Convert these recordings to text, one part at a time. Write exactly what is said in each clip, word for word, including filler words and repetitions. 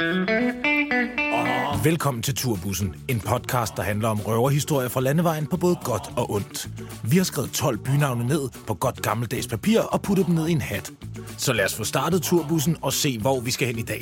Velkommen til Turbussen, en podcast, der handler om røverhistorier fra landevejen på både godt og ondt. Vi har skrevet tolv bynavne ned på godt gammeldags papir og puttet dem ned i en hat. Så lad os få startet Turbussen og se, hvor vi skal hen i dag.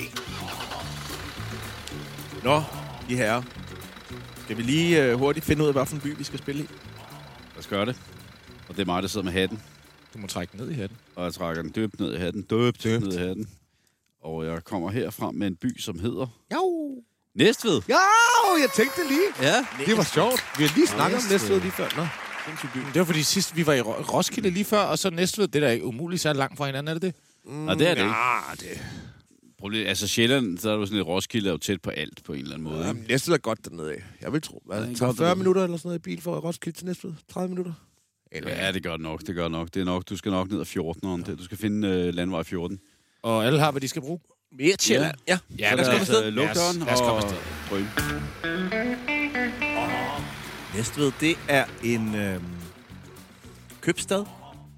Nå, de herrer. Skal vi lige uh, hurtigt finde ud af, hvilken by vi skal spille i? Lad os gøre det. Og det er mig, der sidder med hatten. Du må trække den ned i hatten. Og jeg trækker den døbt ned i hatten. Døbt, døbt. ned i hatten. Og jeg kommer herfra med en by, som hedder... Jo! Næstved. Jo, jeg tænkte det lige. Ja. Det var sjovt. Vi har lige snakket om Næstved lige før. Nå. Det var fordi sidst vi var i Roskilde lige før, og så Næstved, det er da ikke umuligt så langt fra hinanden, er det det? Mm, Nej, det er det ikke. Ja, det... Problem, altså Sjælland, så er du sådan et Roskilde er jo tæt på alt på en eller anden måde. Ja, Næstved er godt dernede af. Jeg vil tro. Hvad, det tager fyrre minutter eller sådan noget i bil for Roskilde til Næstved? tredive minutter? Eller... Ja, det gør nok. Det gør nok. Det er nok. Du skal nok ned ad fjorten. Ja. Du skal finde uh, landvej fjorten. Og alle har, hvad de skal bruge? Mere til ja. ja. Ja, så lad os komme afsted. Luk døren og drøm. Næstved, det er en øh, købstad.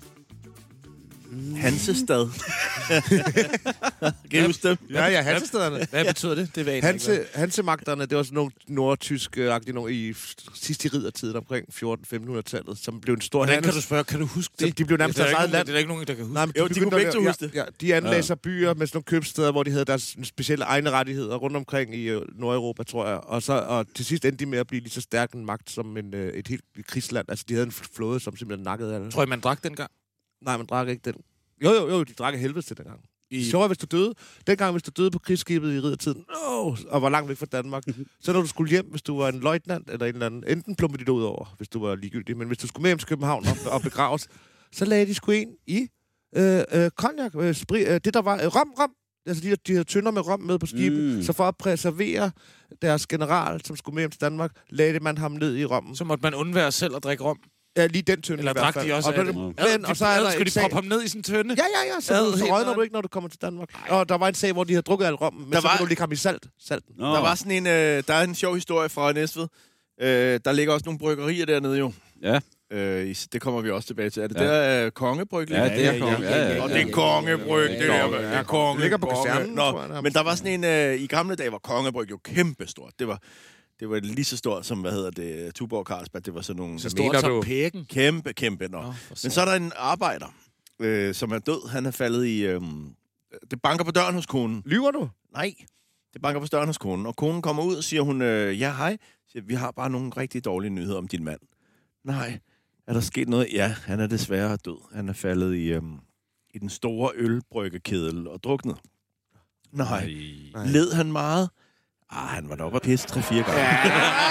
Hansestad. Kan I huske dem? Ja, ja, Hansestaderne. Hvad betyder det? Det var Hanse, Hansemagterne, det var sådan nogle nordtysk-agtige nogle i sidst i riddertiden omkring fjorten femten hundrede-tallet, som blev en stor Hvordan handels... kan du spørge, kan du huske det? De blev nærmest deres eget land. Det er der ikke nogen, der kan huske. Nej, men jo, de, de kunne begge to huske det. Ja, de anlagde sig byer med sådan nogle købsteder, hvor de havde deres specielle egne rettigheder rundt omkring i Nordeuropa, tror jeg. Og, så, og til sidst endte de med at blive lige så stærk en magt som en, et helt krigsland. Altså, de havde en flåde, som simpelthen nakkede af det. Tror I, man drak dengang? Nej, man drak ikke den. Jo, jo, jo, de drak af helvede til dengang. I... Sjovt, hvis du døde. Dengang, hvis du døde på krigsskibet i riddertiden, no, og var langt væk fra Danmark, så når du skulle hjem, hvis du var en løjtnant eller en eller anden, enten plumpede de dig ud over, hvis du var ligegyldig, men hvis du skulle med hjem til København og, og begraves, så lagde de sgu en i øh, øh, cognac, øh, spri, øh, det der var øh, rom, rom, altså de, de havde tønder med rom med på skibet, mm. så for at præservere deres general, som skulle med hjem til Danmark, lagde man ham ned i rommen. Så måtte man undvære selv at drikke rom? Ja, lige den tønde. Eller drak de også og, af det? Men, og så er der skulle de proppe ham ned i sådan en tønde? Ja, ja, ja. Så, Ad, så rødner du ikke, når du kommer til Danmark. Ej. Og der var en sag, hvor de havde drukket al rommen, men der så var... kunne du lige komme i salt. Salten. Der var sådan en, øh, der er en sjov historie fra Næstved. Øh, der ligger også nogle bryggerier dernede jo. Ja. Øh, det kommer vi også tilbage til. Er det ja. der uh, kongebryg? Ja, det er konge. Ja, ja, ja. Og det er kongebryg, det der. Det er konge. Ligger på kasernen, tror jeg. Men der var sådan en, uh, i gamle dage var kongebryg jo kæmpestort. Det var... Det var lige så stort som, hvad hedder det, Tuborg Carlsberg. Det var sådan nogle... Så stort som Pækken? Kæmpe, kæmpe. Nå. Nå, men så er der en arbejder, øh, som er død. Han er faldet i... Øh, det banker på døren hos konen. Lyver du? Nej, det banker på døren hos konen. Og konen kommer ud og siger hun, øh, ja, hej. Siger, vi har bare nogle rigtig dårlige nyheder om din mand. Nej, er der sket noget? Ja, han er desværre død. Han er faldet i, øh, i den store ølbryggekedel og druknet. Nej, Nej. Led han meget? Ah, han var nok at pisse tre-fire gange. Ja.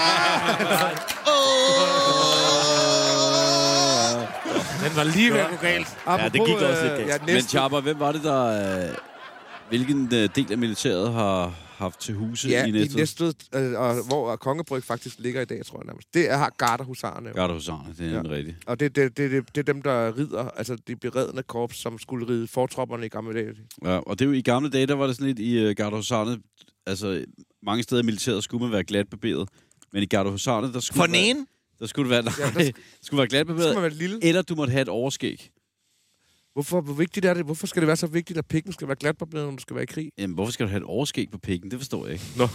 Den var lige ved at gå galt. Ja, det gik også lidt galt. Ja, men Chapa, hvem var det, der... Øh, hvilken øh, del af militæret har haft til huse ja, i Næstved? i Næstved, øh, og hvor Kongebryg faktisk ligger i dag, tror jeg nærmest. Det er Garderhusarerne. Garderhusarerne, det er ja. en rigtig. Og det, det, det, det, det er dem, der rider, altså de beredne korps, som skulle ride fortropperne i gamle dage. Ja, og det er jo i gamle dage, der var det sådan lidt i uh, Garderhusarerne, altså mange steder i militæret skulle man være glatbarberet, men i Garderhusarerne, der skulle... For den ene? Der skulle det være, nej, ja, der sk- skulle være glatbarberet, eller du måtte have et overskæg. Hvorfor, hvor vigtigt er det? Hvorfor skal det være så vigtigt, at pikken skal være glatbarberet, når du skal være i krig? Jamen, hvorfor skal du have et overskæg på pikken? Det forstår jeg ikke. Nå,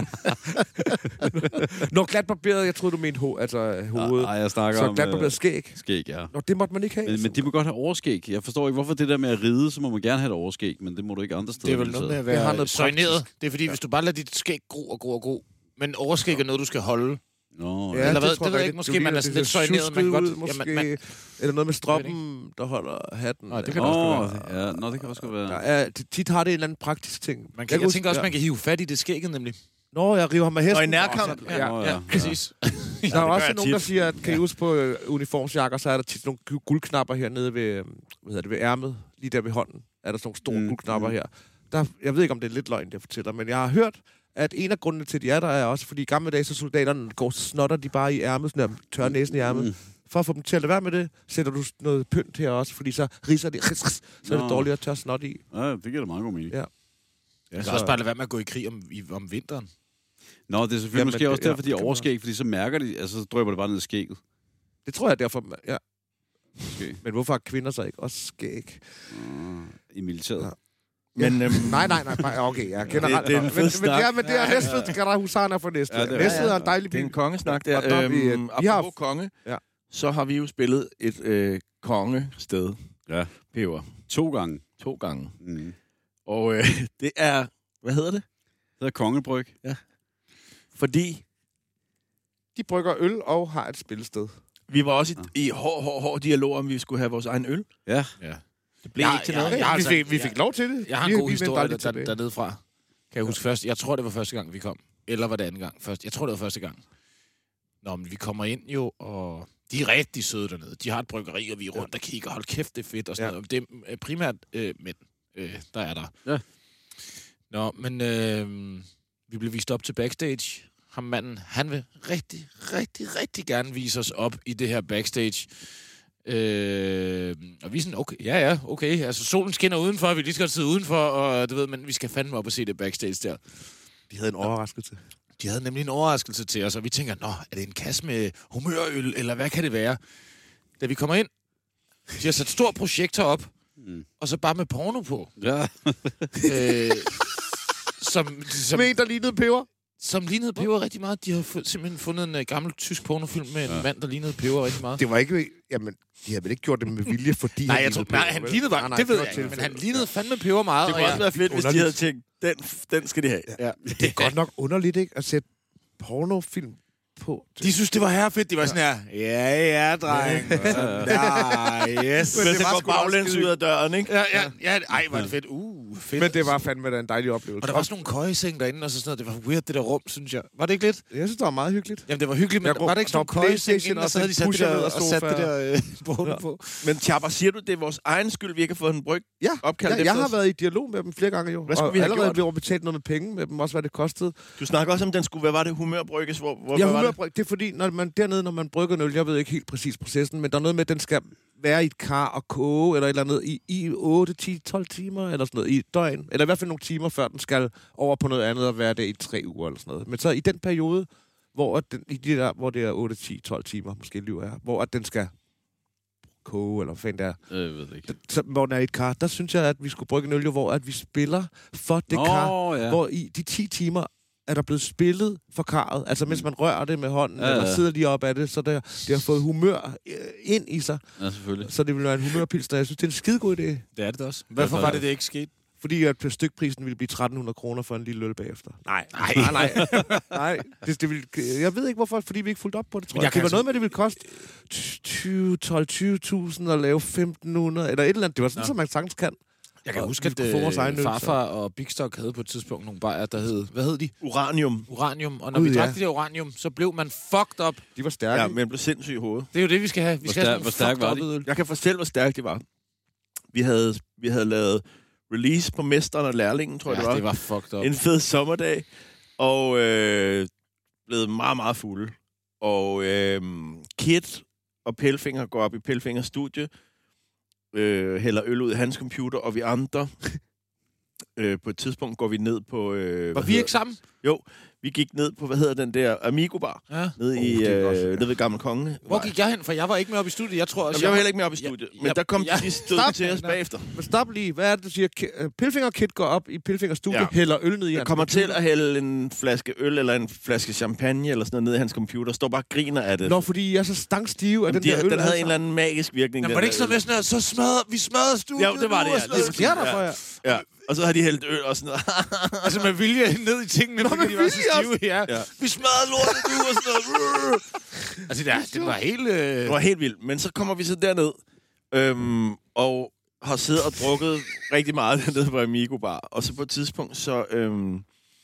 Nå glatbarberet, jeg troede, du mente ho- altså, hovedet. Nej, jeg snakker så om... Så glatbarberet skæg? Skæg, ja. Nå, det måtte man ikke have. Men, men de må godt have overskæg. Jeg forstår ikke, hvorfor det der med at ride, så må man gerne have et overskæg, men det må du ikke andre steder. Det er vel noget med at være søjneret. Det er fordi, ja. hvis du bare lader dit skæg gro og gro og gro, men overskæg er noget, du skal holde. Nå, ja, eller hvad? Det, det ved jeg ikke. Måske man er sådan lidt søjneret. Man godt, måske, ja, man, man, eller noget med stroppen, der holder hatten. Nå, det kan oh, også være. Ja, nå, det kan også være. Der er, tit har det en eller anden praktisk ting. Man kan, jeg, jeg tænker også, ja. man kan hive fat i det skægget, nemlig. Nå, jeg river ham med hesten. Og i nærkamp. Ja, ja, ja, ja, præcis. Ja, der er også nogen, der siger, at kan I huske på uh, uniformsjakker, så er der tit nogle guldknapper hernede ved, hvad hedder det, ved ærmet, lige der ved hånden. Er der sådan nogle store mm, guldknapper mm. her. Der, jeg ved ikke, om det er lidt løgn, det jeg fortæller, men jeg har hørt, at en af grundene til, at de er der, er også, fordi i gamle dage, så soldaterne går, så snotter de bare i ærmet, sådan der, tørrer næsen i ærmet. Mm. For at få dem til at lade være med det, sætter du noget pynt her også, fordi så riser de, så er det dårligt at tørre snot i. Ja, det giver da meget god mening. Ja. Ja, så... kan også bare lade være med at gå i krig om, i, om vinteren. Nå, det er selvfølgelig Jamen, måske også derfor, ja, de er overskæg, fordi så mærker de, altså så drøber det bare ned i skægget. Det tror jeg derfor, ja. Okay. Men hvorfor har kvinder så ikke også skæg? Uh, I militæret? Ja. Men, øhm, Nej, nej, nej, nej, okay, ja, generelt. Det- det er en men, fed men, snak. det er, men det er Næstved, det kan der husarerne for Næstved. Ja, Ja, det er- Næstved er en dejlig by. det er en kongesnak der. Og der er vi, Øhm, vi har- apropos konge, Ja. så har vi jo spillet et øh, kongested. Ja. Peber. To gange. To gange. Mm. Og øh, det er... Hvad hedder det? Det hedder Kongebryg. Fordi De brygger øl og har et spillested. vi var også i, i hård, hård, hård dialog, om vi skulle have vores egen øl. Ja. Ja. Det blev Jeg- ikke til jeg- noget. jeg- Ja, har vi, altså- fik, vi jeg- fik lov til det. Jeg har vi, en god vi vendte historie aldrig der, tilbage. der, dernede fra. Kan jeg huske først? Jeg tror, det var første gang, vi kom. Eller var det anden gang? Først. Jeg tror, det var første gang. Nå, men vi kommer ind jo, og de er rigtig søde dernede. De har et bryggeri, og vi er rundt og kigger. Hold kæft, det er fedt og sådan Ja. noget. Det er primært øh, mænd, øh, der er der. Ja. Nå, men øh, vi blev vist op til backstage. Ham manden, han vil rigtig, rigtig, rigtig gerne vise os op i det her backstage. Øh, og vi er sådan, okay, ja, ja, okay. Altså, solen skinner udenfor, vi lige skal sidde udenfor, og du ved, men vi skal fandme op og se det backstage der. De havde en overraskelse. De havde nemlig en overraskelse til os, og vi tænker, nå, er det en kasse med humørøl, eller hvad kan det være? Da vi kommer ind, de har sat stor projektor op, Mm. og så bare med porno på. Ja. øh, som, som, Med en, der lignede peber. som lignede peber rigtig meget. De har fu- simpelthen fundet en uh, gammel tysk pornofilm med en ja. mand, der lignede peber rigtig meget. Det var ikke... Jamen, de havde vel ikke gjort det med vilje, fordi Nej, han jeg tror, lignede nej, peber, han vel? lignede bare, Nej, nej, det ved var jeg ikke, men tilfældet. han lignede fandme peber meget. Det og kunne jeg- også være fedt, hvis de underligt. havde tænkt, den, den skal de have. Ja. Det er godt nok underligt, ikke? At sætte pornofilm på. De synes, det var herrefedt. De var sådan her, ja, ja, dreng. Nej, yes. Men det så var går sgu da også baglæns skide- ud af døren, ikke? Ja, ja, ja. Ej, var det fedt. Uh, fedt. Men det var fandme da en dejlig oplevelse. Og der var også nogle køjeseng derinde, og så sådan noget. Det var weird, det der rum, synes jeg. Var det ikke lidt? Jeg synes, det var meget hyggeligt. Jamen, det var hyggeligt, men Jeg var det ikke sådan der var nogle køjeseng PlayStation, inde, og så og havde de sat det pusher der, ned og og sat det sofaer. der øh, porno Ja. på? Men Tjapper, siger du, det er vores egen skyld, vi ikke har fået en bryg Ja, opkaldt jeg, efter jeg har os? været i dialog med dem flere gange jo. Hvad skulle og vi have allerede gjort? blev betalt noget med penge med dem, også hvad det kostede. Du snakker også om, den skulle, hvad var det, humørbrygges? Hvor, hvor, Ja, hvad var det? humørbryg, det er fordi, når man dernede, når man brygger en øl, jeg ved ikke helt præcis processen, men der er noget med, at den skal være i et kar og koge, eller et eller andet, i, i otte, ti, tolv timer, eller sådan noget, i et døgn. Eller i hvert fald nogle timer, før den skal over på noget andet og være det i tre uger, eller sådan noget. Men så i den periode, hvor, at den, i de der, hvor det er otte, ti, tolv timer, måske lyver jeg, hvor at den skal koge, eller hvad fanden det er, Jeg ved det ikke. så, hvor den er i et kar, der synes jeg, at vi skulle brygge en øl, jo, hvor at vi spiller for det Nå, kar, ja. hvor i de ti timer er der blevet spillet for karret. Altså, mens man rører det med hånden, Ja, ja, ja. eller sidder lige op af det, så der, det har fået humør øh, ind i sig. Ja, selvfølgelig. Så det vil være en humørpilsner. Jeg synes, det er en skidegod idé. Det er det også. Hvorfor Ja, var ja. det, det ikke sket? Fordi at stykprisen ville blive tretten hundrede kroner for en lille øl bagefter. Nej, nej, nej. nej. nej. Det, det ville, jeg ved ikke, hvorfor, fordi vi ikke fulgte op på det, tror Men jeg. jeg Det kan var altså- noget med, at det ville koste tyve, tolv, tyve tusind at lave femten hundrede, eller et eller andet. Det var sådan, Nå. som man sagtens kan. Jeg kan Og huske, vi at skulle få vores egen øh, øl, farfar og Big Stock havde på et tidspunkt nogle bajer, der hed... Hvad hed de? Uranium. Uranium. Og når Gud, vi drak ja. det der uranium, så blev man fucked up. De var stærke. Ja, men jeg blev sindssyg i hovedet. Det er jo det, vi skal have. Vi Hvor skal have stærk- hvor sådan stærk nogle var fucked de? up øl. Jeg kan fortælle, hvor stærkt det var. Vi havde, vi havde lavet release på Mesteren og Lærlingen, tror jeg, Ja, det var. det var fucked up. En fed sommerdag. Og øh, blevet meget, meget fulde. Og øh, Kit og Pelfinger går op i Pelfingers studie, øh, hælder øl ud af hans computer, og vi andre... øh, på et tidspunkt går vi ned på... Øh, Var hvad vi hedder- ikke sammen? Jo, vi gik ned på, hvad hedder den der, Amigo Bar, Ja. nede, Oh, i, det er øh, godt, ja. nede ved Gamle Konge. Hvor gik jeg hen? For jeg var ikke med op i studiet. Jeg tror også, Jamen, jeg var heller ikke med op i studiet, Ja, men ja, der kom ja. de sidste stød Stop. til os bagefter. Men stop lige. Hvad er det, du siger? K- øh, Pilfinger Kit går op i Pilfingers studie, Ja. ja. hælder øl ned i Jeg hans kommer til computer. at hælde en flaske øl eller en flaske champagne eller sådan noget ned i hans computer, står bare og griner af det. Nå, fordi I er så stangstive af Jamen, den de, der øl. den havde altså. en eller anden magisk virkning. Jamen, den var det ikke der sådan med sådan her, så smadrer, vi smadrer studiet Jo, det var nu, det, og ja. sådan noget. Lige Hvad sker der for jer? Ja, og så har de hældt øl og sådan noget. Altså med vilje ned i tingene, fordi med de var så vilje stive. Ja. Ja. Vi smadrede lortet nu og sådan noget. Altså, det, er- det var helt... Øh... Det var helt vildt. Men så kommer vi så derned, øhm, og har siddet og drukket rigtig meget dernede på Amigo Bar. Og så på et tidspunkt, så... Øhm,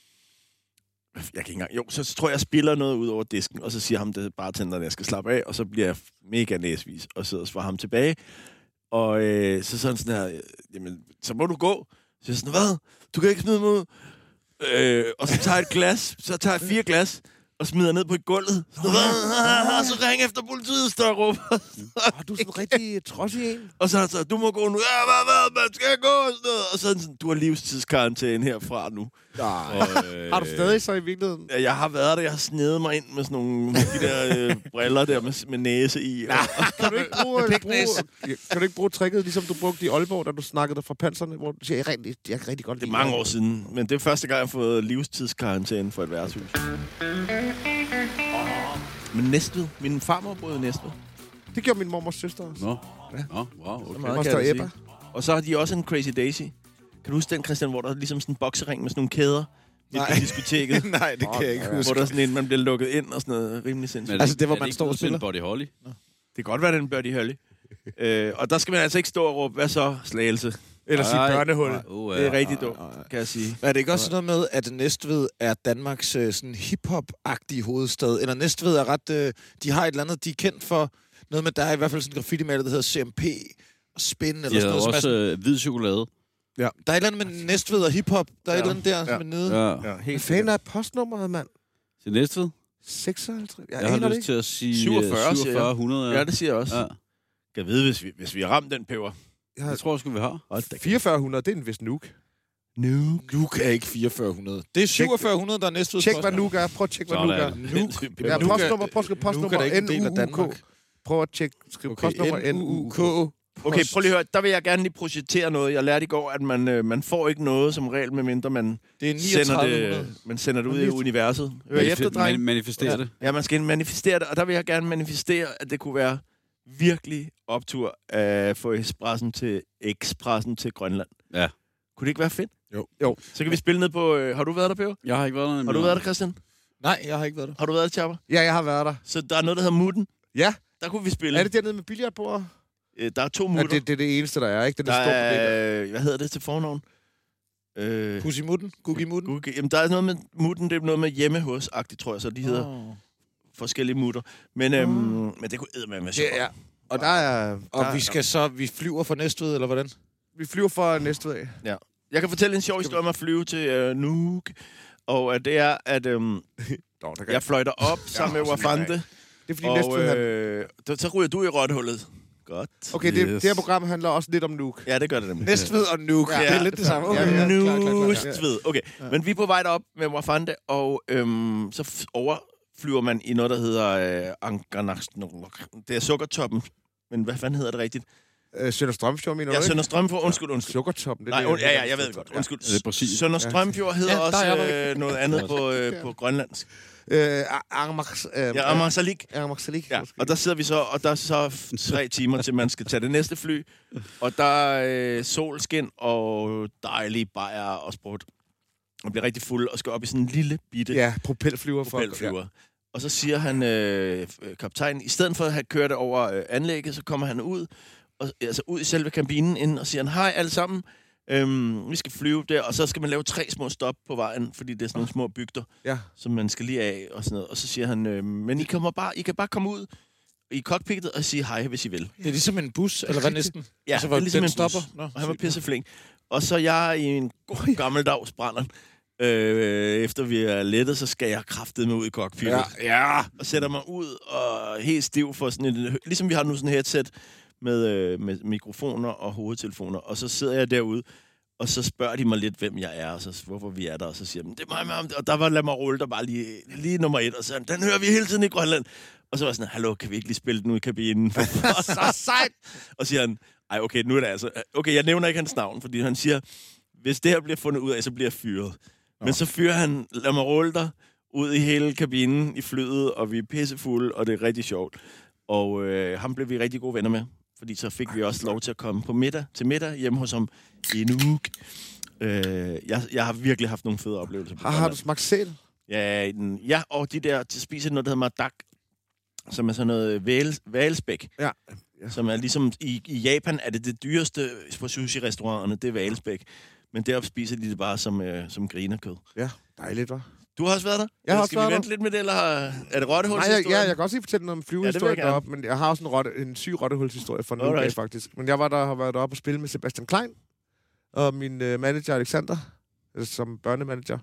jeg kan ikke engang... Jo, så, så tror jeg, jeg spiller noget ud over disken, og så siger ham, det bartenderen, at jeg skal slappe af, og så bliver jeg mega næsvis, og sidder og svarer ham tilbage. Og øh, så sådan sådan her, jamen, så må du gå. Så jeg sådan, hvad? Du kan ikke smide mig ud. Øh, og så tager jeg et glas, så tager jeg fire glas, og smider ned på gulvet. Så, så ring efter politiet, står og råber. Oh, du er sådan en rigtig trodsig en. Og så er han så, du må gå nu. Ja, hvad, hvad, man skal gå. Og, sådan noget. Og så er han sådan, du har livstidskarantæne herfra nu. Nej. Og, øh, Har du stadig så i virkeligheden? Ja, jeg har været der. Jeg har snedet mig ind med sådan nogle de der øh, briller der med, med næse i. Og, Kan du ikke bruge, bruge, kan du ikke bruge tricket, ligesom du brugte i Aalborg, da du snakkede der fra panserne, hvor du siger, jeg, rigtig, jeg kan rigtig godt det er lide mange år siden, men det er første gang, jeg har fået livstidskarantæne for et værtshus. Men Næstved. Min farmor boede i Næstved. Det gjorde min mormors søster også. Nå. Ja. Nå, wow, okay. meget Moster kan jeg Ebba. sige. Og så har de også en Crazy Daisy. Kan du huske den, Christian, hvor der er ligesom sådan en boksering med sådan nogle kæder? Nej. I diskoteket. Nej, det kan jeg ikke huske. Hvor der er sådan en, man bliver lukket ind og sådan noget rimelig sindssygt. Altså, det, hvor man står og spiller? Body Holly. Det kan godt være, det er en Birdie Holly. øh, og der skal man altså ikke stå og råbe, hvad så, Slagelse? Eller sige børnehul. Uh, Det er rigtig dumt, kan jeg sige. Men er det ikke også sådan noget med, at Næstved er Danmarks øh, sådan hip-hop-agtige hovedstad? Eller Næstved er ret... Øh, de har et eller andet, de er kendt for noget med, der er i hvert fald sådan en graffiti-maler, der hedder C M P og Spin, eller De sådan havde noget. også Som er øh, hvid chokolade. sådan, der er et eller andet med Næstved og hip-hop. Der er Ja. et eller andet der, Ja. som er nede. Ja. Ja, Hvad helt fanden er postnummeret, mand? Til Næstved. seksoghalvtreds? Jeg, Jeg har aner det lyst ikke. til at sige syvogfyrre, øh, siger jeg. syvogfyrre hundrede. Ja, det siger jeg også. Ja. Ja. Kan vide, hvis vi, hvis vi har ramt den peber. Jeg har Det tror jeg sgu, vi har. fireogfyrre hundrede, det er en vist nuke. Nuke. Nuke er ikke fireogfyrre hundrede. Det er syvogfyrre hundrede, der er Næstveds Tjek, hvad nuke er. Prøv at tjekke, hvad nuke er. Sådan. Nuke. Ja, Nuke er- postnummer. Prøv at skrive postnummer. Nuke er da ikke en del af N U U K. Danmark. Prøv at tjekke. Skriv Okay, postnummer N U U K. Okay, prøv lige at høre. Der vil jeg gerne lige projektere noget. Jeg lærte i går, at man, øh, man får ikke noget som regel, medmindre man Det er sender niogtredive hundrede. det, man sender det ud i universet. Hør Manif- efter, dreng. man- Manifestere det. Ja, man skal manifestere det, og der vil jeg gerne manifestere, at det kunne være virkelig optur at få Espressen til, Expressen til Grønland. Ja. Kunne det ikke være fedt? Jo. Jo. Så kan vi spille ned på... Øh, har du været der, Peber? Jeg har ikke været der. Har du været der, Christian? Nej, jeg har ikke været der. Har du været der, Chapper? Ja, jeg har været der. Så der er noget, der hedder Mutten. Ja. Der kunne vi spille. Er det dernede med billiardbord? Øh, der er to Ja, mutter. det, det er det eneste, der er, ikke? Det der er det store problem. er... Hvad hedder det til fornavn? Øh, Pussy Mutten? Googie Mutten? Google. Jamen, der er noget med Mutten. Det er noget med hjemme hos-agtigt, tror jeg, så de hedder Oh. forskellige mutter. Men, øhm, men det kunne eddermame være sjovt. Det er, og der er... Og der, vi skal så... Vi flyver fra Næstved, eller hvordan? vi flyver fra Næstved af. Jeg kan fortælle en sjov historie om at flyve til øh, Nuuk. Og at det er, at øhm, Nå, der kan jeg fløjter op sammen med Wafande. Det er fordi Og Næstved... han- øh, der- så ryger du i rottehullet. Godt. Okay, det, det her program handler også lidt om Nuuk. Ja, det gør det nemlig. Næstved og Nuuk. Ja, Ja, det er ja, lidt det samme. ja, Okay. ja. Klar, klar, klar, klar. Nustved. Okay, ja. Men vi er på vej derop med Wafande, og øhm, så f- overflyver man i noget, der hedder øh, Angarnaksnok. Det er Sukkertoppen. Men hvad fanden hedder det rigtigt? Øh, Sønder Strømfjord, mener Ja, du Sønder Strømfjord. Undskyld, undskyld. Sukkertoppen. Det Nej, er und, ja, ja, jeg ved godt. Undskyld. Er det Brasilien? Sønder Strømfjord hedder Ja, der også er jeg øh, noget andet på, øh, på grønlandsk. Øh, Armax... Øh, Ja, Amarsalik. Armax Salik. Ja, og der sidder vi så, og der er så f- tre timer til, man skal tage det næste fly. Og der er øh, solskin og dejlige bajer og sprut. Og bliver rigtig fuld og skal op i sådan en lille bitte Ja, propelflyver. for- propelflyver. Og så siger han, øh, kaptajnen, i stedet for at have kørt over øh, anlægget, så kommer han ud, og, altså ud i selve kabinen inden, og siger han, hej alle sammen, øhm, vi skal flyve der, og så skal man lave tre små stop på vejen, fordi det er sådan nogle små bygder, Ja. som man skal lige af, og sådan noget. Og så siger han, øh, men I, kommer bare, I kan bare komme ud i cockpittet og sige hej, hvis I vil. Det er ligesom en bus, eller hvad næsten? Ja, Altså, det hvor er ligesom den en stopper? bus. Nå, Og han var sygt. pisseflink. Og så jeg i en god gammeldags brænder. Øh, efter vi er lettet, så skal jeg kraftedeme ud i cockpittet. Ja, ja. Og sætter mig ud og helt stiv for sådan en... Ligesom vi har nu sådan et headset med, øh, med mikrofoner og hovedtelefoner. Og så sidder jeg derude, og så spørger de mig lidt, hvem jeg er, og så, hvorfor vi er der. Og så siger de, det er mig, mam. Og der var lad mig rulle der bare lige, lige nummer et. Og så den hører vi hele tiden i Grønland. Og så var jeg sådan, hallo, kan vi ikke lige spille den ud i kabinen? Så sejt! Og siger han, ej, okay, nu er det altså... Okay, jeg nævner ikke hans navn, fordi han siger, hvis det her bliver fundet ud af, så bliver jeg fyret. Men så fyrer han, lad mig rulle dig, ud i hele kabinen i flyet, og vi er pissefulde, og det er rigtig sjovt. Og øh, ham blev vi rigtig gode venner med, fordi så fik vi også lov til at komme på middag, til middag hjemme hos ham i en uge. Øh, jeg, jeg har virkelig haft nogle fede oplevelser. på Har, har Grønland. du smagt sæl? Ja, den, ja, og de der, til spiser noget, der hedder madak, som er sådan noget væl, valspæk. Ja. Ja. Som er ligesom, i, i Japan er det det dyreste på sushi-restauranterne, det er valspæk. Men deroppe spiser de det bare som, øh, som grinerkød. Ja, dejligt, hva'? Du har også været der? Jeg har Eller også skal været vi der. vente lidt med det, eller har- er det rottehul? Nej, jeg, ja, jeg kan også lige fortælle noget om Ja, det vil jeg flyvehistorien gerne. deroppe, men jeg har også en, rotte, en syg rottehulshistorie fra Nuuk, Alright. faktisk. Men jeg var der, har været deroppe og spille med Sebastian Klein, og min øh, manager Alexander, øh, som børnemanager.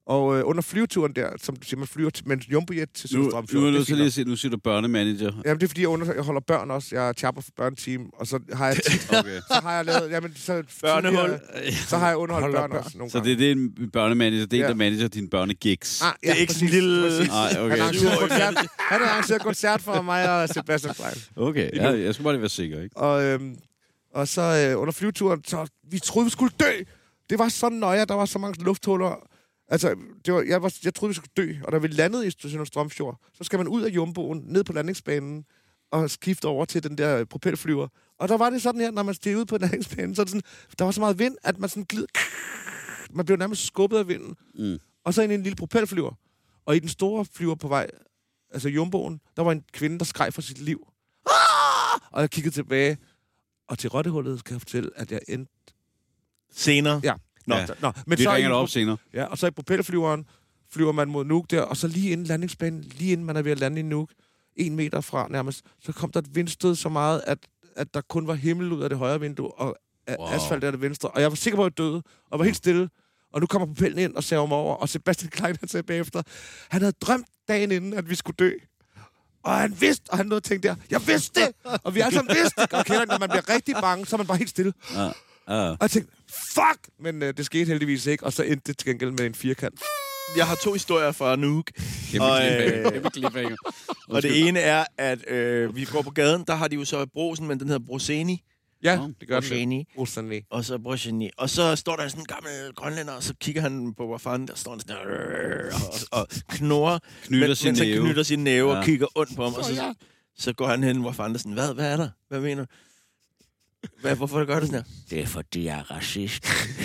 Og øh, under flyveturen der, som du siger, man flyver til, med en jumbojet til Nu, Søstrømfjord. nu er det du så fint lige nok. at sige, nu siger du børnemanager. Jamen, det er fordi, jeg, under, jeg holder børn også. Jeg er chapper for børneteam, og så har jeg tit, Okay. så har jeg lavet... Jamen, så, Børnehul. tidligere- Så har jeg underholdt Holder børn, børn. også nogle Så gange. det er det, en børnemanager. Det er en, Ja. der manager dine børnegigs. Ah, ja, Det er ikke sådan en præcis, lille- præcis. Nej, okay. Han har arrangeret koncert, han har arrangeret koncert for mig og Sebastian Klein. Okay, ja, jeg skulle bare lige være sikker, ikke? Og, øhm, og så øh, under flyveturen, så vi troede, vi skulle dø. Det var sådan nøje, der var så mange lufthuller. Altså, det var, jeg, var, jeg troede, vi skulle dø. Og da vi landede i Søstrømfjord, så skal man ud af jumboen, ned på landingsbanen, og skifte over til den der propelflyver. Og der var det sådan her, når man steg ud på landingsbanen, så er det sådan, der var så meget vind, at man sådan glid. Man blev nærmest skubbet af vinden. Mm. Og så ind i en lille propelflyver. Og i den store flyver på vej, altså jumboen, der var en kvinde, der skreg for sit liv. Ah! Og jeg kiggede tilbage. Og til rottehullet kan jeg fortælle, at jeg endte... Senere. Ja. Nå, Ja. ja. Nå, men Vi så ringer i- dig op senere. Ja, og så i propelflyveren flyver man mod Nuuk der, og så lige inden landingsbanen, lige inden man er ved at lande i Nuuk, en meter fra nærmest, så kom der et vindstød så meget, at, at der kun var himmel ud af det højre vindue, og Wow. wow. asfalt af det venstre. Og jeg var sikker på, at jeg døde, og var helt stille. Og nu kommer propellen ind og saver mig over, og Sebastian Klein han sagde bagefter, han havde drømt dagen inden, at vi skulle dø. Og han vidste, og han nåede at tænke der, jeg vidste det! Og vi alle sammen vidste det. Og kender, når man bliver rigtig bange, så er man bare helt stille. Ja. Ja. Og jeg tænkte, fuck! Men øh, det skete heldigvis ikke, og så endte det til gengæld med en firkant. Jeg har to historier fra Nuuk. Kæmpe Og, cliffhanger. øh, Kæmpe cliffhanger. Og det ene er, at øh, vi går på gaden, der har de jo så brosen, men den hedder Broseni. Ja, Nå, det gør den. Broseni. Broseni. Og så Broseni. Og så står der sådan en gammel grønlænder, og så kigger han på, hvor fanden der står han sådan der, og, og knurrer, Knytter men, sin mens han næve. knytter sin næve Ja. og kigger ondt på ham. Og Så så, ja. så går han hen, hvor fanden er sådan, hvad, hvad er der? Hvad mener du? Hvad, hvorfor gør du sådan her? Det er fordi, jeg er racist.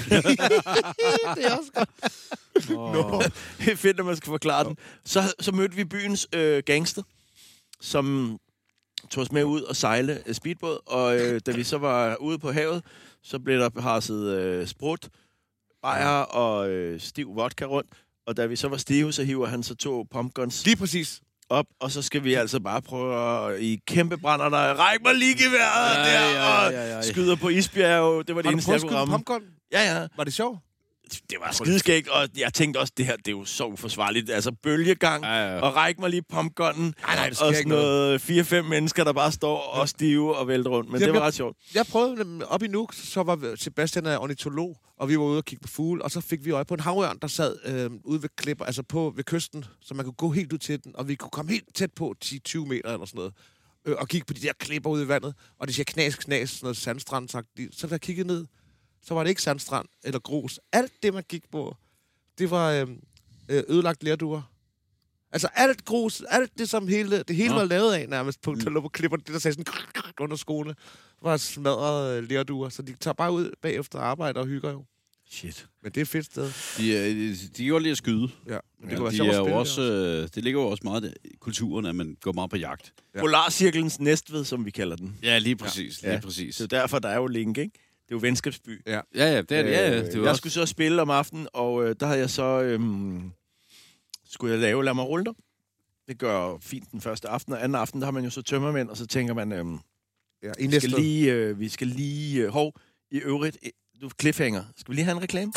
Det er også godt. Åh. Det er fedt, når man skal forklare den. Så, så mødte vi byens øh, gangster, som tog os med ud og sejle øh, speedbåd, og øh, da vi så var ude på havet, så blev der hasset øh, sprut, bajer og øh, stiv vodka rundt, og da vi så var stive, så hiver han så to pumpguns Lige præcis. op, og så skal vi altså bare prøve at, i kæmpe brænder, der ræk mig lige geværet Ja, der, ja, og ja, ja, ja. skyder på isbjerg. Det var det Har du eneste, prøvet jeg at kunne skyde ramme. pumpgun? Ja, ja. Var det sjovt? Det var skideskægt, og jeg tænkte også, det her, det er jo så uforsvarligt. Altså, bølgegang, Ja, ja. og ræk mig lige pumpgunnen, Nej, nej, det sker og ikke sådan noget fire-fem mennesker, der bare står og stive og vælter rundt. Men Jamen, det var jeg- ret sjovt. Jeg prøvede dem op i Nuuk, så var Sebastian er ornitolog, og vi var ude og kigge på fugle, og så fik vi øje på en havørn, der sad øh, ude ved klipper, altså på ved kysten, så man kunne gå helt ud til den, og vi kunne komme helt tæt på, ti til tyve meter eller sådan noget, øh, og kigge på de der klipper ude i vandet, og det siger knas, knas, sådan noget sandstrand, sagt de. Så da jeg kiggede ned, så var det ikke sandstrand eller grus. Alt det, man gik på, det var øh, øh, ødelagt lerduer. Altså alt grus, alt det, som hele, det hele Nå. var lavet af nærmest på, mm. på klipperne, det der sagde sådan under skoene, var smadret øh, lerduer, så de tager bare ud bagefter arbejde og hygger jo. Shit. Men det er et fedt sted. De, er- de, de kan godt lide at skyde. Ja, men det Ja, kunne være de sjovt at er jo spille også, det øh, det ligger jo også meget i kulturen, at man går meget på jagt. Ja. Polarcirkelens Næstved, som vi kalder den. Ja, lige præcis. Ja. Lige præcis. Det er jo derfor, der er jo link, ikke? Det er jo venskabsby. Ja, ja, det er det. Ja, ja, det er Øh, jo jeg også... skulle så spille om aftenen, og øh, der havde jeg så... Øhm, skulle jeg lave Lad mig rulle dig. Det gør fint den første aften, og anden aften, der har man jo så tømmermænd, og så tænker man, øhm, Ja, i vi næste skal lige... Øh, vi skal lige øh, hov, i øvrigt... Øh, du cliffhanger. Skal vi lige have en reklame?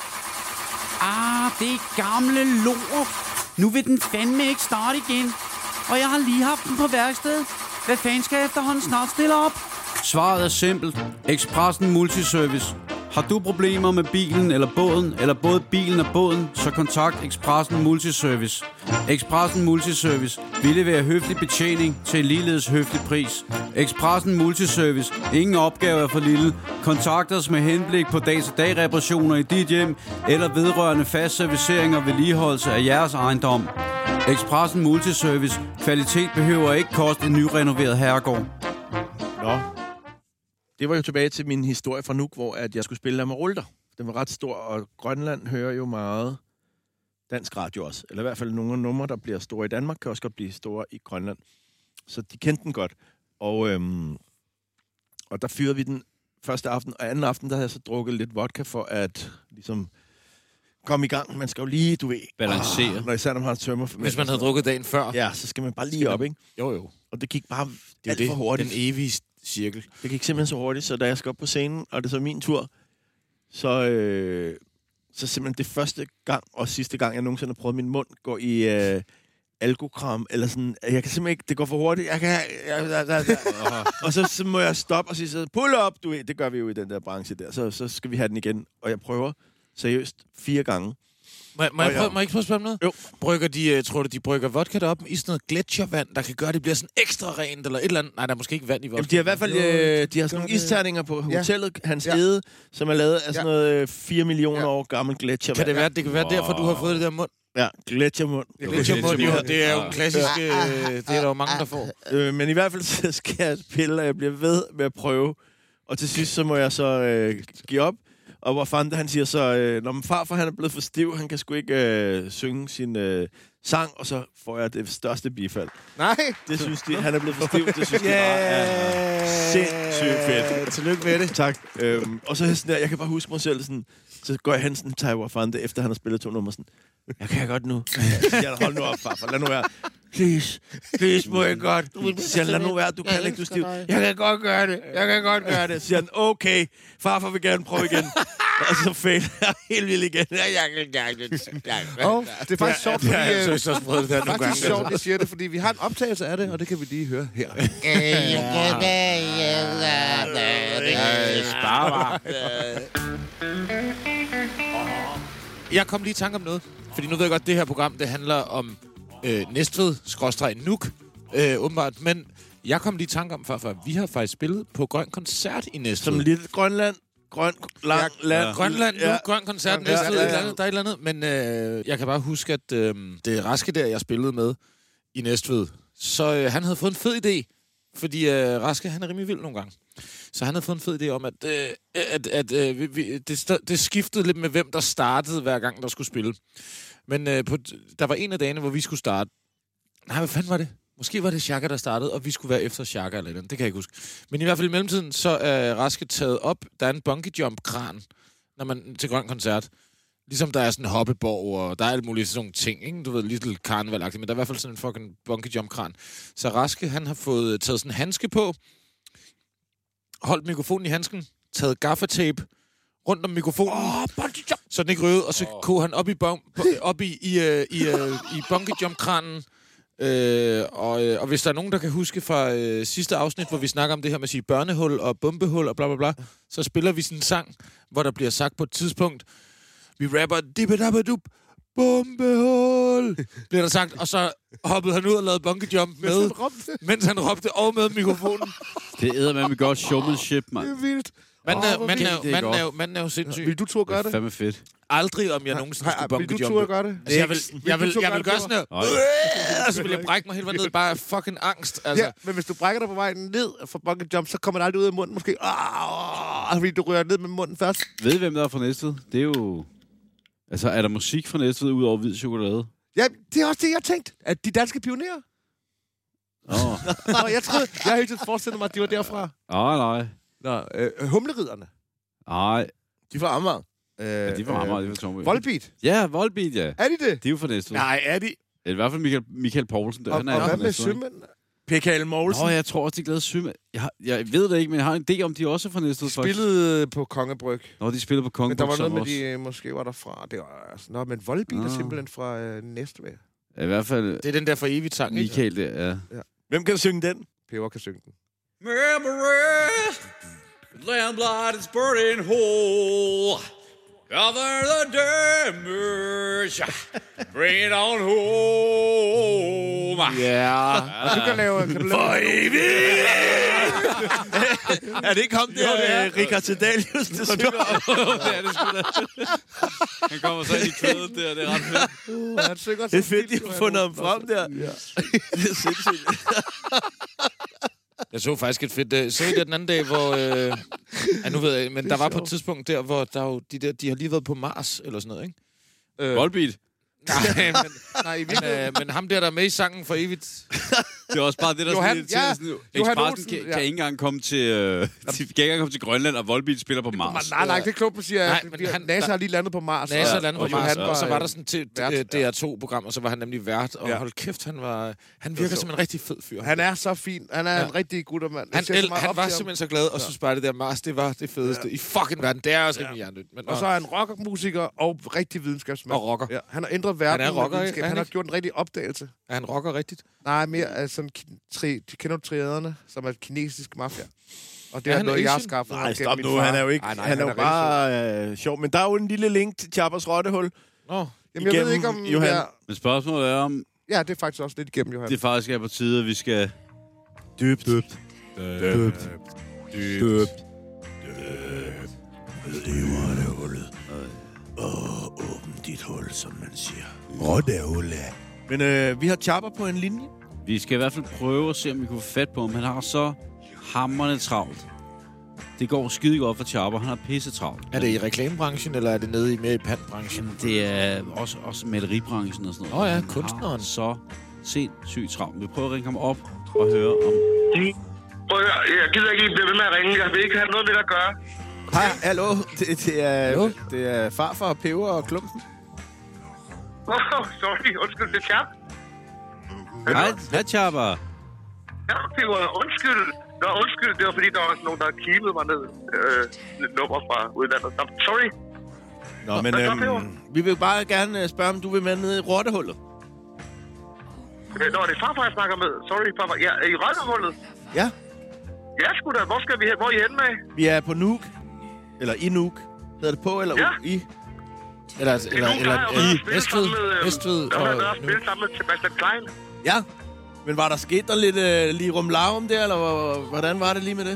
Ah, det er gamle lort. Nu vil den fandme ikke starte igen. Og jeg har lige haft den på værksted. Hvad fanden skal jeg efterhånden snart stille op? Svaret er simpelt. Expressen Multiservice. Har du problemer med bilen eller båden, eller både bilen og båden, så kontakt Expressen Multiservice. Expressen Multiservice. Vi leverer høflig betjening til en ligeledes høflig pris. Expressen Multiservice. Ingen opgave er for lille. Kontakt os med henblik på dag-til-dag reparationer i dit hjem, eller vedrørende fast servicering og vedligeholdelse af jeres ejendom. Expressen Multiservice. Kvalitet behøver ikke koste en nyrenoveret herregård. Nå. Det var jo tilbage til min historie fra Nuuk, hvor at jeg skulle spille Lad mig rulle dig. Den var ret stor, og Grønland hører jo meget dansk radio også. Eller i hvert fald nogle af numre, der bliver store i Danmark, kan også godt blive store i Grønland. Så de kendte den godt. Og, øhm, og der fyrede vi den første aften, og anden aften, der havde jeg så drukket lidt vodka for at ligesom komme i gang. Man skal jo lige, du ved... Balancere. Ah, når især når man har tømmer. Hvis man havde drukket dagen før. Ja, så skal man bare lige op, ikke? Jo, jo. Og det gik bare Det er alt jo det. for hurtigt. Den evige cirkel. Det gik simpelthen så hurtigt, så da jeg skal op på scenen, og det er så min tur, så, øh, så simpelthen det første gang og sidste gang, jeg nogensinde har prøvet, min mund går i øh, algokram, eller sådan, jeg kan simpelthen ikke, det går for hurtigt, jeg kan, jeg, jeg, jeg, jeg. Og så, så må jeg stoppe og sige, så pull up, du ved, det gør vi jo i den der branche der, så, så skal vi have den igen, og jeg prøver seriøst fire gange. Må, må, jeg, prøve, må jeg ikke prøve at spørge om noget? Jo. Brygger de, tror du, de brygger vodka derop i sådan noget gletsjervand, der kan gøre, at det bliver sådan ekstra rent, eller et eller andet? Nej, der er måske ikke vand i vodka. Jamen, de har i hvert fald øh, de har sådan nogle isterninger på hotellet, ja. Hans Ja. Ede, som er lavet af sådan Ja. noget øh, fire millioner Ja. år gammel gletsjervand. Kan det være, det kan være derfor, du har fået det der mund? Ja, gletsjermund. Gletsjermund, jo, det er jo en klassisk... Øh, det er der jo mange, der får. Øh, men i hvert fald så skal jeg pille, og jeg bliver ved med at prøve. Og til sidst så må jeg så øh, give op. Og hvor fanden han siger så, øh, når min farfar han er blevet for stiv, han kan sgu ikke øh, synge sin øh, sang, og så får jeg det største bifald. Nej. Det synes de, han er blevet for stiv, det synes de bare er sindssygt fedt. Tillykke med det. Tak. Øhm, og så er jeg sådan der, jeg kan bare huske mig selv sådan, så går jeg hen sådan, tager jeg fanden efter han har spillet to numre sådan, jeg kan godt nu. Jeg hold nu op, farfar, lad nu være. Please, please, må jeg godt. Så siger han, lad nu være, du kan ikke, du er stiv. Jeg kan godt gøre det, jeg kan godt gøre det. Så siger han, okay, farfar vil gerne prøve igen. Og så fejler jeg helt vildt igen. Jeg kan gøre det. Og det er faktisk sjovt, fordi... Jeg har øh, også prøvet det der nogle faktisk gange. sjovt, de siger det, fordi vi har en optagelse af det, og det kan vi lige høre her. Jeg kom lige i tanke om noget, fordi nu ved jeg godt, at det her program, det handler om øh, Næstved, skråstreg Nuuk, øh, åbenbart. Men jeg kom lige i tanke om, for vi har faktisk spillet på Grøn Koncert i Næstved. Som lille Grønland. Grøn, lang, land. Ja. Grønland, nu, Ja. Grøn Koncert, Ja, Næstved, ja, ja, et eller ja. andet, der er et eller andet. Men øh, jeg kan bare huske, at øh, det er Raske der, jeg spillede med i Næstved. Så øh, han havde fået en fed idé, fordi øh, Raske, han er rimelig vild nogle gange. Så han havde fået en fed idé om, at, øh, at, at øh, vi, vi, det, det skiftede lidt med, hvem der startede hver gang, der skulle spille. Men øh, på, der var en af dagene, hvor vi skulle starte. Nej, hvad fanden var det? Måske var det Chaka, der startede, og vi skulle være efter Chaka eller andet. Det kan jeg ikke huske. Men i hvert fald i mellemtiden, så er Raske taget op. Der er en bungee jump kran, når man til Grøn Koncert. Ligesom der er sådan en hoppeborg, og der er alle mulige sådan nogle ting, ikke? Du ved, lidt karnevalagtigt, men der er i hvert fald sådan en fucking bungee jump kran. Så Raske, han har fået taget sådan en handske på, holdt mikrofonen i handsken, taget gaffatape rundt om mikrofonen, oh, så den ikke røvede, og så oh. kog han op i, bong, op i, i, uh, i, uh, i bungee jump kranen. Øh, og, øh, og hvis der er nogen, der kan huske fra øh, sidste afsnit, hvor vi snakker om det her med at sige børnehul og bombehul og bla bla bla, så spiller vi sådan en sang, hvor der bliver sagt på et tidspunkt, vi rapper dibbedabbedub, bombehul, bliver der sagt, og så hoppede han ud og lavede bungee jump med, Mens han råbte. mens han råbte og med mikrofonen. Det æder med godt showmanship, mand. Det er vildt. Manden er, Åh, manden er, det er manden godt. er, jo- manden er jo sindssyg. Vil du turde gøre Det er det? fandme fedt. Aldrig, om jeg nogensinde Har- skulle Vil du bungee turde jumpe. gøre det? Altså, jeg vil, jeg vil, du turde jeg vil gøre gøre det, sådan noget, Nej. og så vil jeg brække mig helt vejen ned, bare fucking angst. Altså. Ja, men hvis du brækker dig på vejen ned fra bungee jump, så kommer det aldrig ud af munden måske. Ah, fordi du rører ned med munden først. Ved I, hvem der er fra Næstved? Det er jo... Altså, er der musik fra Næstved ud over hvid chokolade? Ja, det er også det, jeg tænkte. At de danske pionerer. Åh, Nå, jeg troede, jeg har hele tiden forestillet mig, at de var derfra. oh, nej. Nå, øh, humleriderne. Nej, De er fra Amager. Øh, ja, de er fra Amager, de er fra Tornby. Volbeat. Ja, Volbeat, ja. Er de det? De er jo fra Næstved. Nej, er de? I hvert fald Michael, Michael Poulsen. Der. Og, Han er og fra hvad med Næstved, ikke? sømænd? P K L Mogensen. Nå, jeg tror også, de er glade sømænd. Jeg, har, jeg ved det ikke, men jeg har en idé om, de også er fra Næstved, De faktisk. spillede på Kongebryg. Nå, de spillede på Men der Kongebryg var noget som med, også. de øh, måske var der fra. Det var, altså, nå, men Volbeat er Ah. simpelthen fra øh, Næstved. Ja, i hvert fald Det er den der for evigt sang, ikke? Michael der, ja. Hvem kan synge den? Peber kan synge den. Memory, lamplight is burning whole. Cover the damage, bring it on home. Ja. Og du kan lave... Kan du lave For evigt! Er det ikke ham der, jo, det er. Richard Sedalius, der synger? det er det sgu da. Han kommer så ind i klædet der, det er ret fedt. Uh, han synger Det er så fedt, de vildt, har du, fundet han- ham frem der. Ja. Det er sindssygt. Jeg så faktisk et fedt... Uh, så I det den anden dag, hvor... Uh, ja, nu ved jeg, men der var på et tidspunkt der, hvor der jo, de, der, de har lige været på Mars, eller sådan noget, ikke? Volbeat. Nej, men, nej, men, øh, men ham der, der er med i sangen for evigt. Det er også bare det, der Johan, sådan, ja, sådan, Johan Expressen Olsen, kan, ja. kan ikke engang komme til, øh, de kan ikke engang komme til Grønland, og Volbeat spiller på Mars. Nej, nej, det er klogt, du siger, Nej, at men vi- han- NASA der- har lige landet på Mars. NASA og- landet på og Mars, Johan og så var der øh, sådan til vært. øh, D R to-program, og så var han nemlig vært, og Ja. hold kæft, han var han virker som en rigtig fed fyr. Han er så fin. Han er Ja. en rigtig guttermand. Jeg Han, ser så el, meget han op var til ham. simpelthen så glad, og synes bare, det der Mars, det var det fedeste ja. i fucking verden. Det er også rimelig hjernedødt. Men, Og så er han rockermusiker og rigtig videnskabsmand. Og rocker. Ja, han har ændret verden. Han er rocker, med ikke? videnskab. Er han Han har ikke? gjort en rigtig opdagelse. er han rocker rigtigt? Nej, mere altså sådan tri, de kender du triaderne, som er et kinesisk mafia. Og det Er er, han noget, jeg har Asian? skaffet. Nej, ham stop gennem nu. min far. Han er jo ikke... Ej, nej, han er jo rigtig bare øh, sjov. Men der er jo en lille link til Chappers rottehul. Nå, Jamen, jeg ved igennem ikke om... Johan. Ja, Men spørgsmålet er, om ja, det er faktisk også lidt igennem, Johan. det faktisk er på tide, at vi skal... Dybt. Dybt. Dybt. Dybt. Ned i rottehullet. Og åbn dit hul, som man siger. Rottehullet. Men øh, vi har Chapper på en linje. Vi skal i hvert fald prøve at se, om vi kan få fat på ham. Han har så hamrende travlt. Det går skide godt for Chapper. Han har pisse travlt. er det i reklamebranchen, eller er det nede i mere i pantbranchen? Det er også, også maleribranchen og sådan noget. Åh ja, Han kunstneren. har så sindssygt travlt. Vi prøver at ringe ham op og høre om... Prøv at høre, jeg gider ikke blive ved med at ringe. Jeg vil ikke have noget med det at gøre. Hej, hallo. Det, det, er, Hallo? det er farfar, Peber og Klumpen. Oh, sorry, undskyld, det er Chap. Hej, hej Chapper. Ja, det var undskyld. Nå, undskyld, det var fordi, der var nogen, der kimede mig ned. Øh, et nummer fra udlandet. Nå, sorry. Nå, men Hvad så, Peber? øhm, vi vil bare gerne øh, spørge, om du vil med ned i rottehullet. Øh, Nå, det er farfar, jeg snakker med. Sorry, farfar. Ja, er I rødderhullet? Ja, Ja, sgu da. Hvor skal vi hen? Hvor er I hen med? vi er på Nuuk. Eller i Nuuk. Hedder det på, eller Ja. u- i? Eller, Det er eller, nogen, eller, der har jo eller været at spille Næstved, sammen med, øh, Næstved Der har og... været at spille sammen med Sebastian Klein. Ja. Men var der sket der lidt øh, lige rumlarum der, eller hvor- hvordan var det lige med det?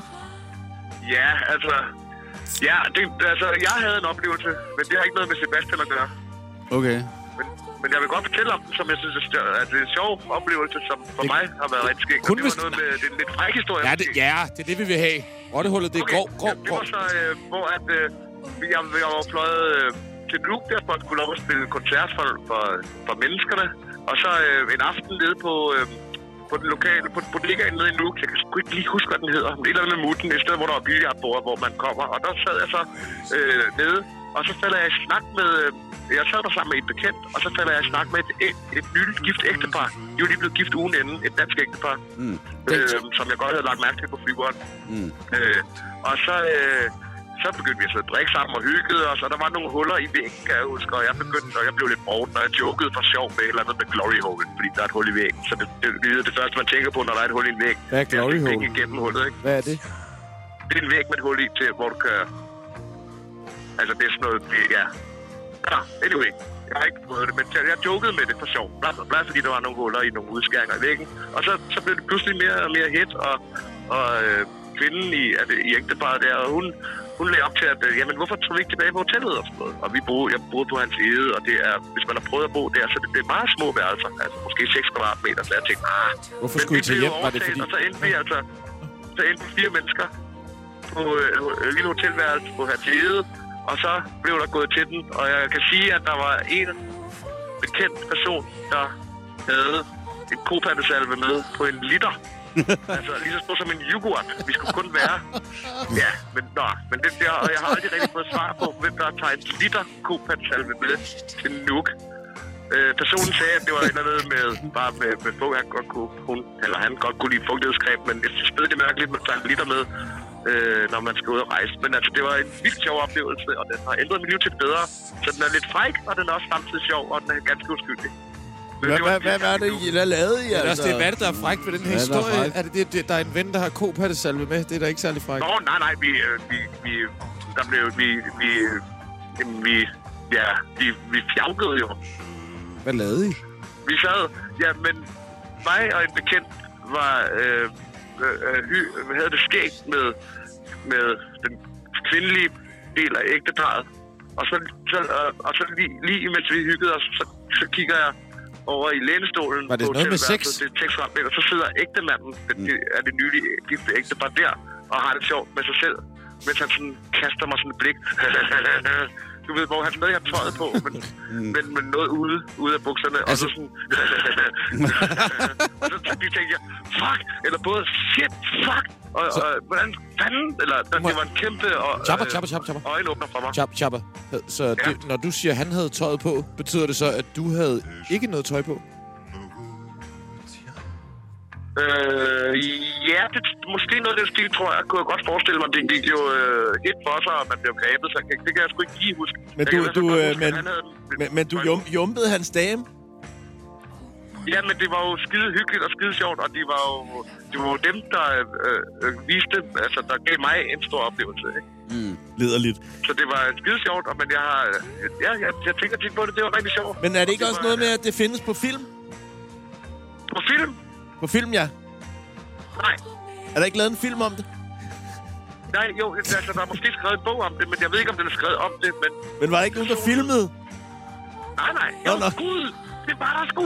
Ja, altså... Ja, det, altså, jeg havde en oplevelse, men det har ikke noget med Sebastian at gøre. Okay. Men, men jeg vil godt fortælle om den, som jeg synes er, stør- at det er en sjov oplevelse, som for Det- mig har været rigtig skægt. Kun Det hvis- var noget med det er en lidt fræk historie. Ja, det, ja, det er det, vi vil have. Rottehullet, det er grov, grov, Det grov. var så, øh, hvor at, øh, jeg, jeg var fløjet øh, til Nuuk, der for at skulle lov at spille koncert for, for, for menneskerne. Og så øh, en aften nede på, øh, på den lokale, på bodegaen nede i Nuuk. Jeg kan sgu ikke lige huske, hvad den hedder. Et eller andet med Mutten, et sted, hvor der var billardbord, hvor man kommer. Og der sad jeg så øh, nede, og så falder jeg i snak med... Øh, jeg sad der sammen med et bekendt, og så falder jeg i snak med et, et, et nyt gift ægtepar. De var lige blevet gift ugen inden, et dansk ægtepar, Mm. øh, som jeg godt havde lagt mærke til på flyveren. Mm. Øh, og så, øh, så begyndte vi at sidde og drikke sammen og hyggede os, og der var nogle huller i væggen, kan jeg huske, og jeg begyndte, og jeg blev lidt brugt, og jeg jokede for sjov med et eller andet med glory hole, fordi der er et hul i væggen. Så det, det, det, det første, man tænker på, når der er et hul i en væg. Hvad er glory det er hole? ikke igennem hullet, ikke? Hvad er det? Det er en væg med et hul i, til, hvor du kan... Altså, det er sådan noget... Det, ja. Ja, anyway. Jeg har ikke prøvet det, men jeg, jeg jokede med det for sjov. Blandt andet, fordi der var nogle huller i nogle udskæringer i væggen. Og så, så blev det pludselig mere og mere hit, og, og øh, kvinden i, at, i ægteparret der, og hun, hun lagde op til, at øh, jamen, hvorfor tog vi ikke tilbage på hotellet og sådan noget? Og vi boede, jeg boede på hans ede, og det er, hvis man har prøvet at bo der, så det, det er meget små værelser. Altså, måske seks kvadratmeter, så jeg tænkte, ah... Hvorfor men skulle I vi til blev hjem? Var det overtalt, fordi... Og så endte vi altså... Så endte vi fire mennesker på øh, et lille hotelværelse på hans ede, og så blev der gået til den, og jeg kan sige, at der var en bekendt person, der havde en kopattesalve med på en liter. Altså lige så stor som en yoghurt. Vi skulle kun være... Ja, men nå, men det der, og jeg har aldrig rigtig fået svar på, hvem der tager en liter kopattesalve med til Nuuk. Øh, personen sagde, at det var et eller andet med, bare med, med få, han godt kunne, hun, eller han godt kunne lide fugtighedscreme, men jeg synes det er mærkeligt, at man tager en liter med, øh, når man skal ud og rejse. Men altså, det var en vildt sjov oplevelse, og den har ændret mit liv til det bedre. Så den er lidt fræk, og den er også samtidig sjov, og den er ganske uskyldig. Men Hvad, det var hvad, en hvad virkelig var det, god- I der lavede I, Det er altså? også det, hvad er det, der er frækt ved den her Hvad er der historie? frækt? Er det, det, det, der er en ven, der har kopattesalve med? Det er da ikke særlig frækt. Nå, nej, nej, vi, øh, vi, vi, der blev, vi, vi, jamen, vi, ja, vi, vi fjavkede jo. Hvad lavede I? Vi sad, ja, men mig og en bekendt var, øh, øh, hy, hvad hedder det, skægt med, med den kvindelige del af ægteparret. Og så, så, øh, og så lige, lige imens vi hyggede os, så, så kigger jeg over i lænestolen. Var det på noget med hotelværelset. sex? Det er seks kvadratmeter. Så sidder ægtemanden, mm. det er det nylige gifte ægtepar der, og har det sjovt med sig selv, mens han sådan kaster mig sådan et blik. du ved, hvor han stadig har tøjet på, men, mm. men, men noget ude, ude af bukserne. Altså... Og så sådan... og så tænkte jeg, fuck! Eller både shit, fuck! Og, så... og hvordan fanden? Eller der, det var en kæmpe og, chopper, chopper, chopper, chopper. øjenåbner for mig. Chopper, chopper. Så ja. det, når du siger, at han havde tøjet på, betyder det så, at du havde ikke noget tøj på? Øh, ja, det måske noget af den stil, tror jeg. Jeg kunne godt forestille mig, det gik jo øh, helt for sig, og man blev grebet, så det kan jeg sgu ikke lige huske. Men du, du, øh, huske, men, havde, men, men du jum, jumpede hans dame? Ja, men det var jo skide hyggeligt og skide sjovt, og de var jo, det var jo dem, der øh, øh, viste, altså der gav mig en stor oplevelse, ikke? Mm. Liderligt. Så det var skide sjovt, og men jeg har, ja, jeg, jeg tænker tit på det, det var rigtig sjovt. Men er det ikke det også var, noget med, at det findes på film? På film? På film, ja. Nej. Er der ikke lavet en film om det? Nej, jo, altså, der er måske skrevet en bog om det, men jeg ved ikke, om den er skrevet om det, men... Men var der ikke nogen, der filmede? Nej, nej. Nå, Jo, nå. Gud, det var der sgu.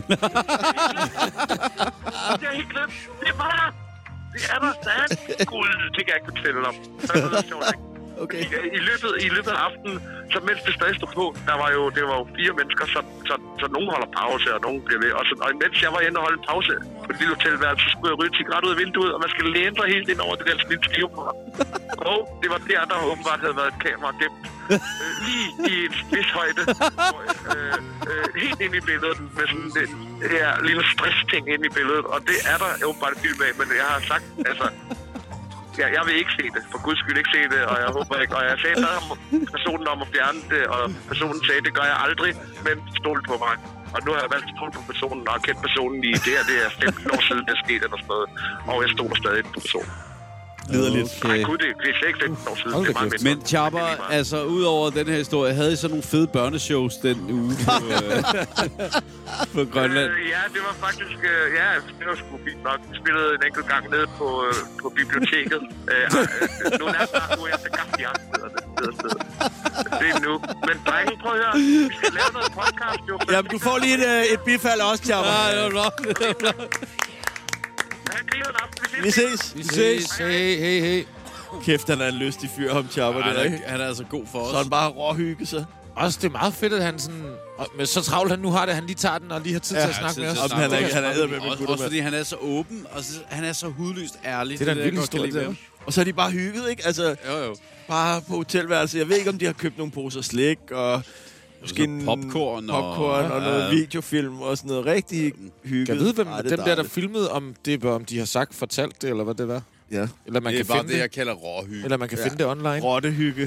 Det er helt glemt. Det var der. Det er der, der er Gud, det kan jeg ikke fortælle om. Det er noget sjovt, ikke? Okay. I, i, løbet, I løbet af aftenen, så mens det stadig stod på, der var jo, det var jo fire mennesker, så, så, så nogen holder pause, og nogen bliver ved. Og, så, og mens jeg var inde og holde en pause på det lille hotelværelse, så skulle jeg ryge en cigaret ud af vinduet, og man skal læne sig helt ind over det der lille skrivebord. Og det var der, der åbenbart havde været et kamera gemt. Øh, lige i en vis højde. Hvor, øh, øh, helt ind i billedet, med sådan det, det her lille stress-ting ind i billedet. Og det er der åbenbart et film af, men jeg har sagt, altså... Ja, jeg vil ikke se det. For guds skyld ikke se det, og jeg håber ikke. Og jeg sagde der personen om at fjerne det, og personen sagde, det gør jeg aldrig, men stol på mig. Og nu har jeg valgt at stole på personen, og kendt personen i det her, det er femten år siden, det er sket eller sådan noget. Og jeg stoler stadig på personen. Liderligt. Okay. Nej, gud, det, det er slet ikke femten år siden. Okay. Det er meget mindre. Men Chopper, altså udover den her historie, havde I så nogle fede børneshows den uge på, øh, på Grønland? Øh, ja, det var faktisk... Øh, ja, det var sgu fint nok. Vi spillede en enkelt gang nede på, øh, på biblioteket. Øh, øh, nu er jeg jeg til kaffe i aften, og det hedder stedet. Det er nu. Men drengen, prøv at høre. Vi skal lave noget podcast, jo. Jamen, du får lige et, øh, et bifald også, Chopper. Ja, det var flot. Det var flot. Vi ses. Vi ses. Hey, hey, hey. Kæft, han er en lystig fyr, ham Chopper. Han det er, er, ikke? han er altså god for os. Så han bare råhygge sig. Også det er meget fedt, at han sådan... Og med så travlt han nu har det, han lige tager den og lige har tid til Ja, at snakke tid med til os. at Om han er, snakke han er med os. eddermame Også, gutter, også mand. fordi han er så åben, og så, han er så hudløst ærlig. Det er da en jeg vild godt kan historie, lide det ved er. ham. Og så er de bare hygget, ikke? Altså, Jo, jo. bare på hotelværelse. Jeg ved ikke, om de har købt nogle poser slik, og måske en popcorn og- popcorn og, og noget Ja. videofilm og sådan noget rigtig hygget. Kan jeg vide, hvem Ej, det er dem der, der dejligt. filmede, om det var, om de har sagt, fortalt det, eller hvad det var? Ja. Eller man Det er kan bare finde det, jeg det, kalder råhygge. eller man kan Ja. finde det online. Rottehygge.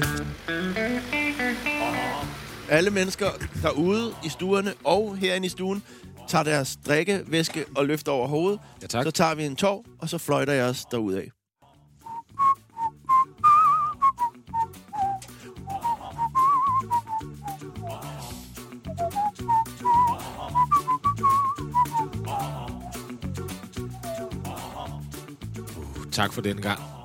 Alle mennesker derude i stuerne og herinde i stuen tager deres drikkevæske og løfter over hovedet. Ja, tak. Så tager vi en tov, og så fløjter jeg os derudad. Tak for den gang.